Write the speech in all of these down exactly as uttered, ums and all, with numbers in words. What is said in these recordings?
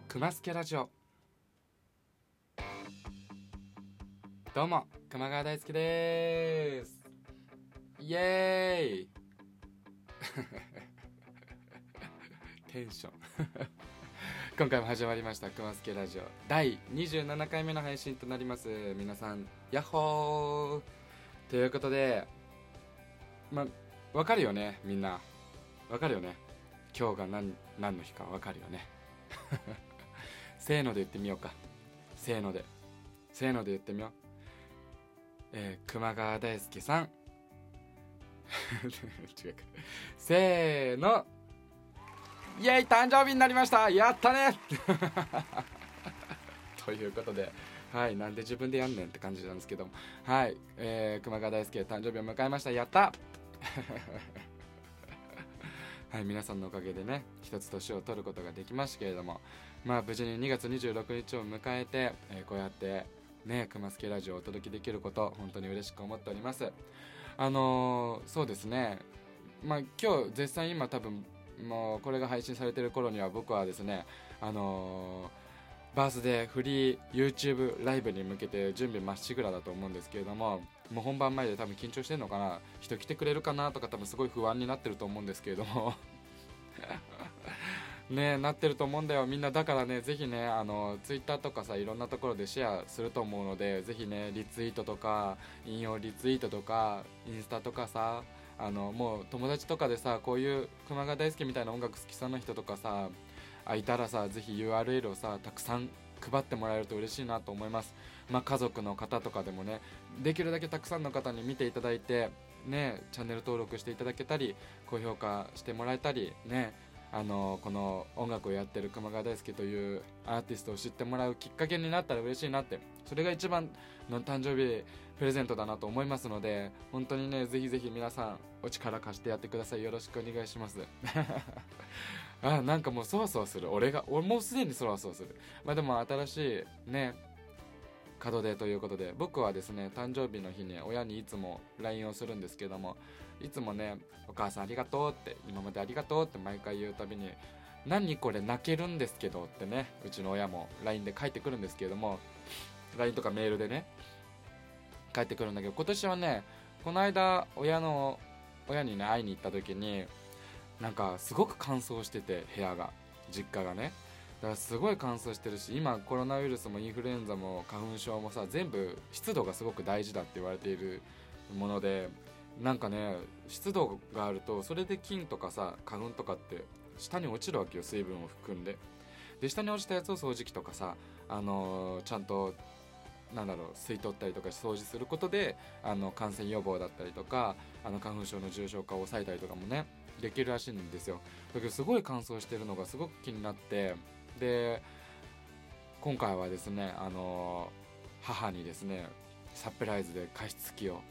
くますけラジオ。どうも熊川大輔です。イエーイテンション今回も始まりましたくますけラジオだいにじゅうななかいめの配信となります。皆さんヤッホーということで、まわかるよね、みんなわかるよね、今日が何何の日かわかるよねせーので言ってみようか。せーのでせーので言ってみよう。えー、熊川大輔さん違うか。せーの、イエイ、誕生日になりました、やったねということで、はい、なんで自分でやんねんって感じなんですけども、はい、えー、熊川大輔誕生日を迎えました。やったはい、皆さんのおかげでね、一つ年を取ることができましたけれども、まあ無事ににがつにじゅうろくにちを迎えて、えー、こうやってね、くますけラジオをお届けできること、本当に嬉しく思っております。あのー、そうですね、まあ今日絶賛今多分もうこれが配信されている頃には僕はですね、あのー、バースデーフリー YouTube ライブに向けて準備まっしぐらだと思うんですけれども、もう本番前で多分緊張してるのかな、人来てくれるかなとか多分すごい不安になってると思うんですけれどもね、なってると思うんだよみんな。だからね、ぜひね、あのツイッターとかさ、いろんなところでシェアすると思うので、ぜひね、リツイートとか引用リツイートとかインスタとかさ、あのもう友達とかでさ、こういう熊川大輔みたいな音楽好きそうな人とかさいたらさ、ぜひ ユーアールエル をさたくさん配ってもらえると嬉しいなと思います。まあ、家族の方とかでもね、できるだけたくさんの方に見ていただいてね、チャンネル登録していただけたり高評価してもらえたりね、あのこの音楽をやってる熊川大輔というアーティストを知ってもらうきっかけになったら嬉しいなって、それが一番の誕生日プレゼントだなと思いますので、本当にね、ぜひぜひ皆さんお力貸してやってください。よろしくお願いしますあ、なんかもうそわそわする、俺が俺もうすでにそわそわする。まあでも新しいね門出ということで、僕はですね、誕生日の日に親にいつも ライン をするんですけども、いつもね、お母さんありがとうって、今までありがとうって毎回言うたびに、何これ泣けるんですけどってね、うちの親も ライン で書いてくるんですけれども、 ライン とかメールでね帰ってくるんだけど、今年はね、この間親の親にね会いに行った時に、なんかすごく乾燥してて、部屋が、実家がね、だからすごい乾燥してるし、今コロナウイルスもインフルエンザも花粉症もさ、全部湿度がすごく大事だって言われているもので、なんかね、湿度があるとそれで菌とかさ花粉とかって下に落ちるわけよ、水分を含んで。で下に落ちたやつを掃除機とかさ、あのー、ちゃんとなんだろう、吸い取ったりとか掃除することで、あの感染予防だったりとか、あの花粉症の重症化を抑えたりとかもねできるらしいんですよ。だけどすごい乾燥してるのがすごく気になって、で今回はですね、あのー、母にですねサプライズで加湿器を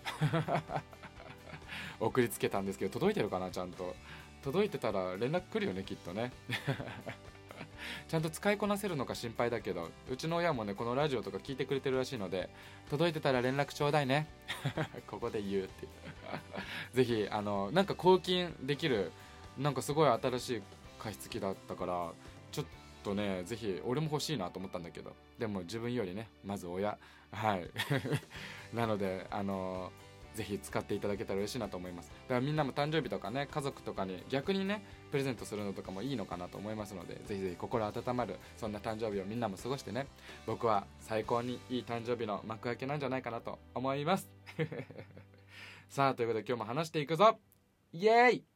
送りつけたんですけど、届いてるかな、ちゃんと届いてたら連絡来るよね、きっとねちゃんと使いこなせるのか心配だけど、うちの親もねこのラジオとか聞いてくれてるらしいので、届いてたら連絡ちょうだいねここで言うってぜひ、あのなんか抗菌できる、なんかすごい新しい加湿器だったから、ちょっとね、ぜひ俺も欲しいなと思ったんだけど、でも自分よりねまず親、はいなので、あのぜひ使っていただけたら嬉しいなと思います。だからみんなも誕生日とかね、家族とかに逆にねプレゼントするのとかもいいのかなと思いますので、ぜひぜひ心温まるそんな誕生日をみんなも過ごしてね、僕は最高にいい誕生日の幕開けなんじゃないかなと思いますさあ、ということで今日も話していくぞ、イエーイ。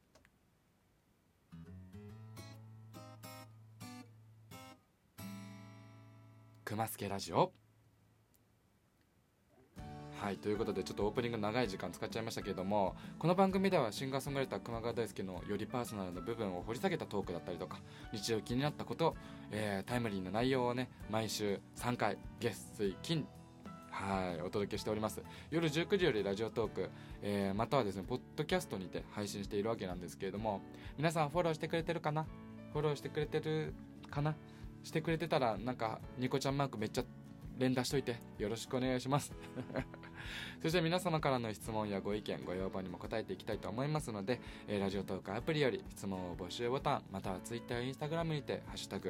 くますけラジオ。はい、ということでちょっとオープニング長い時間使っちゃいましたけれども、この番組ではシンガーソングライター熊川大輔のよりパーソナルな部分を掘り下げたトークだったりとか、日常気になったこと、えー、タイムリーな内容をね毎週さんかい月水金、はいお届けしております。夜じゅうくじよりラジオトーク、えー、またはですねポッドキャストにて配信しているわけなんですけれども、皆さんフォローしてくれてるかな、フォローしてくれてるかな、してくれてたらなんかニコちゃんマークめっちゃ連打しといてよろしくお願いしますそして皆様からの質問やご意見ご要望にも答えていきたいと思いますので、えー、ラジオトークアプリより質問を募集ボタン、または Twitter や Instagram にてハッシュタグ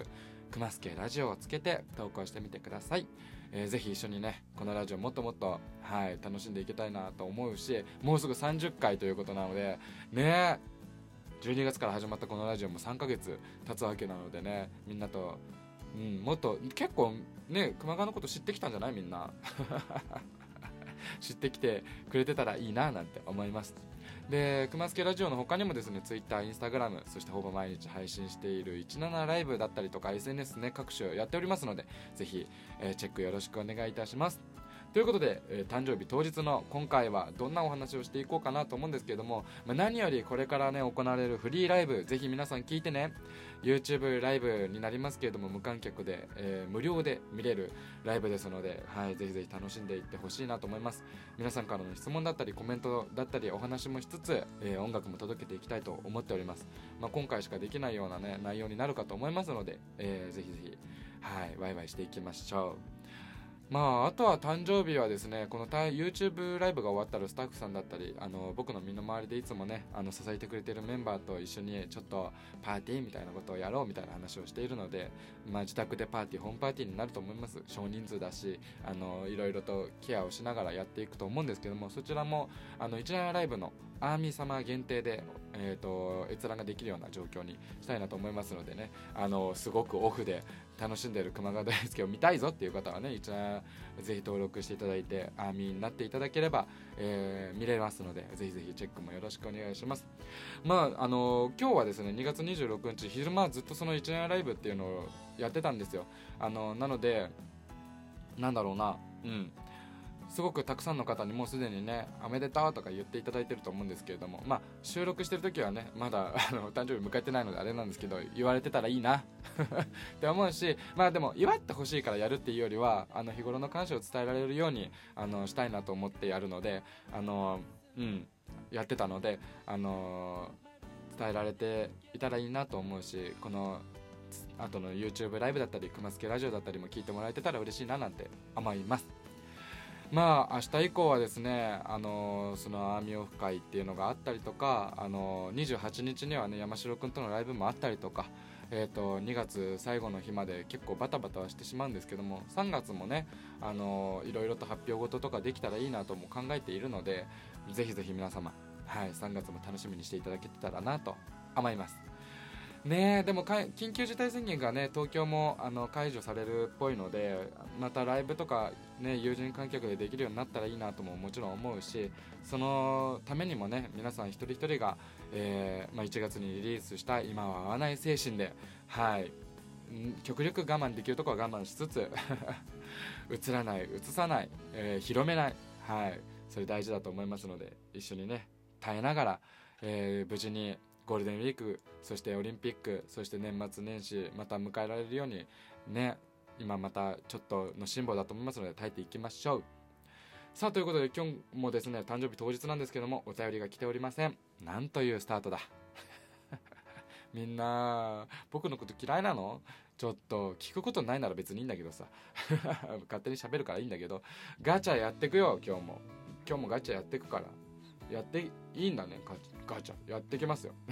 熊助ラジオをつけて投稿してみてください。えー、ぜひ一緒にねこのラジオもっともっと、はい、楽しんでいきたいなと思うし、もうすぐさんじゅっかいということなのでね、じゅうにがつから始まったこのラジオもさんかげつ経つわけなのでね、みんなと、うん、もっと結構ね熊川のこと知ってきたんじゃないみんな知ってきてくれてたらいいななんて思います。で熊助ラジオの他にもですね Twitter、Instagram そしてほぼ毎日配信しているじゅうななライブだったりとか エスエヌエス ね各種やっておりますので、ぜひ、えー、チェックよろしくお願いいたします。ということで、えー、誕生日当日の今回はどんなお話をしていこうかなと思うんですけれども、まあ、何よりこれからね行われるフリーライブ、ぜひ皆さん聞いてね。 YouTube ライブになりますけれども無観客で、えー、無料で見れるライブですので、はい、ぜひぜひ楽しんでいってほしいなと思います。皆さんからの質問だったりコメントだったりお話もしつつ、えー、音楽も届けていきたいと思っております。まあ、今回しかできないような、ね、内容になるかと思いますので、えー、ぜひぜひ、はい、ワイワイしていきましょう。まあ、あとは誕生日はですね、この YouTube ライブが終わったらスタッフさんだったり、あの僕の身の回りでいつもねあの支えてくれているメンバーと一緒にちょっとパーティーみたいなことをやろうみたいな話をしているので、まあ、自宅でパーティーホームパーティーになると思います。少人数だし、あのいろいろとケアをしながらやっていくと思うんですけども、そちらもあのいちななライブのアーミー様限定で、えー、と閲覧ができるような状況にしたいなと思いますのでね、あのすごくオフで楽しんでいる熊川大輔を見たいぞっていう方はね、一度ぜひ登録していただいてアーミーになっていただければ、えー、見れますので、ぜひぜひチェックもよろしくお願いします。まああの今日はですねにがつにじゅうろくにち昼間ずっとそのいちねんライブっていうのをやってたんですよ。あのなのでなんだろうな、うんすごくたくさんの方にもうすでにねおめでとうとか言っていただいてると思うんですけれども、まあ収録してる時はねまだあの誕生日迎えてないのであれなんですけど、言われてたらいいなって思うし、まあでも祝ってほしいからやるっていうよりは、あの日頃の感謝を伝えられるようにあのしたいなと思ってやるので、あのうんやってたので、あの伝えられていたらいいなと思うし、このあとの YouTube ライブだったり熊助ラジオだったりも聞いてもらえてたら嬉しいななんて思います。まあ明日以降はですね、あのー、そのアーミオフ会っていうのがあったりとか、あのー、にじゅうはちにちにはね山城くんとのライブもあったりとか、えーとにがつ最後の日まで結構バタバタはしてしまうんですけども、さんがつもね、あのー、いろいろと発表事とかできたらいいなとも考えているので、ぜひぜひ皆様、はい、さんがつも楽しみにしていただけてたらなと思いますね。えでも緊急事態宣言がね東京もあの解除されるっぽいので、またライブとか、ね、友人観客でできるようになったらいいなとももちろん思うし、そのためにもね皆さん一人一人が、えーまあ、いちがつにリリースした今は会わない精神で、はい、極力我慢できるところは我慢しつつ映らない映さない、えー、広めない、はい、それ大事だと思いますので、一緒にね耐えながら、えー、無事にゴールデンウィーク、そしてオリンピック、そして年末年始また迎えられるようにね、今またちょっとの辛抱だと思いますので耐えていきましょう。さあということで今日もですね誕生日当日なんですけどもお便りが来ておりません。なんというスタートだみんな僕のこと嫌いなの？ちょっと聞くことないなら別にいいんだけどさ勝手に喋るからいいんだけど、ガチャやってくよ。今日も今日もガチャやってくから、やっていいんだね。ガチャやってきますよ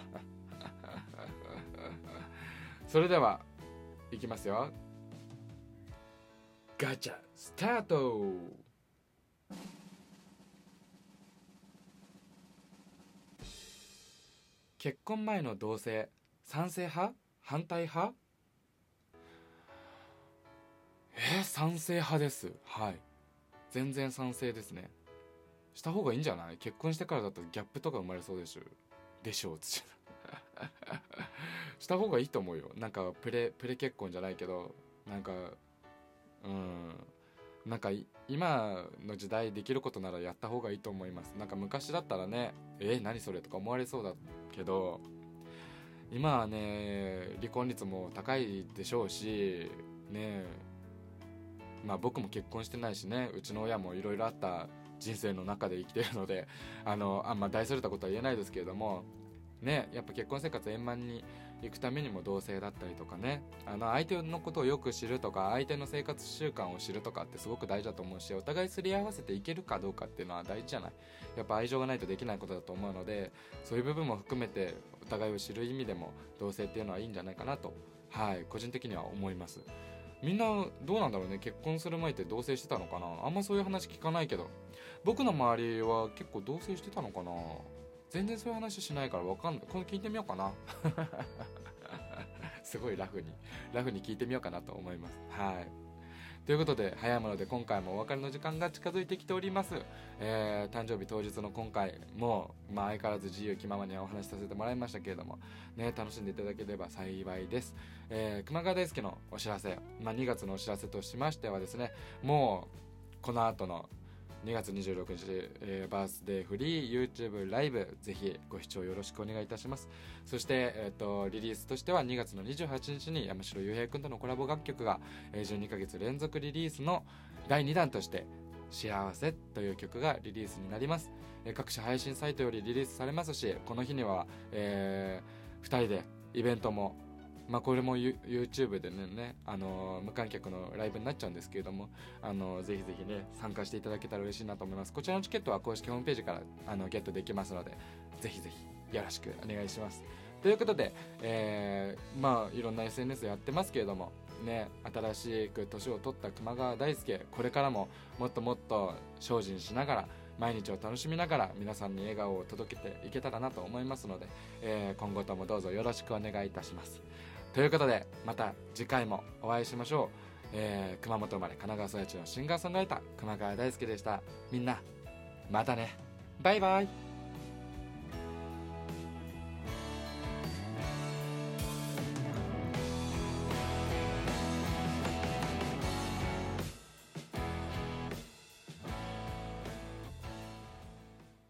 それではいきますよ。ガチャスタート。結婚前の同棲、賛成派？反対派？えー、賛成派です。はい、全然賛成ですね。した方がいいんじゃない？結婚してからだとギャップとか生まれそうでしょでしょうつした方がいいと思うよ。なんかプレプレ結婚じゃないけど、なんかうんなんか今の時代できることならやった方がいいと思います。なんか昔だったらね、え何それとか思われそうだけど、今はね離婚率も高いでしょうしね、まあ僕も結婚してないしね、うちの親もいろいろあった人生の中で生きているので、あのあんま大それたことは言えないですけれどもね、やっぱ結婚生活円満に行くためにも同性だったりとかね、あの相手のことをよく知るとか相手の生活習慣を知るとかってすごく大事だと思うし、お互いすり合わせていけるかどうかっていうのは大事じゃない。やっぱ愛情がないとできないことだと思うので、そういう部分も含めてお互いを知る意味でも同性っていうのはいいんじゃないかなとはい、個人的には思います。みんなどうなんだろうね、結婚する前って同棲してたのかな。あんまそういう話聞かないけど、僕の周りは結構同棲してたのかな。全然そういう話しないから分かんない。これ聞いてみようかなすごいラフにラフに聞いてみようかなと思います。はい、ということで、早いもので今回もお別れの時間が近づいてきております。えー、誕生日当日の今回も、まあ、相変わらず自由気ままにお話しさせてもらいましたけれども、ね、楽しんでいただければ幸いです。えー、熊川大輔のお知らせ、まあ、にがつのお知らせとしましてはですね、もうこの後のにがつにじゅうろくにち、えー、バースデーフリー YouTube ライブ、ぜひご視聴よろしくお願いいたします。そして、えー、とリリースとしてはにがつのにじゅうはちにちに山城雄平君とのコラボ楽曲が、えー、じゅうにかげつ連続リリースのだいにだんとして幸せという曲がリリースになります。えー、各種配信サイトよりリリースされますし、この日には、えー、ふたりでイベントも、まあ、これも YouTube で ね, ね、あのー、無観客のライブになっちゃうんですけれども、あのー、ぜひぜひね参加していただけたら嬉しいなと思います。こちらのチケットは公式ホームページからあのゲットできますので、ぜひぜひよろしくお願いします。ということで、えー、まあいろんな エスエヌエス やってますけれどもね、新しく年を取った熊川大輔、これからももっともっと精進しながら毎日を楽しみながら皆さんに笑顔を届けていけたらなと思いますので、えー、今後ともどうぞよろしくお願いいたします。ということで、また次回もお会いしましょう。えー、熊本生まれ神奈川育ちのシンガーソングライター熊川大輔でした。みんなまたね、バイバイ。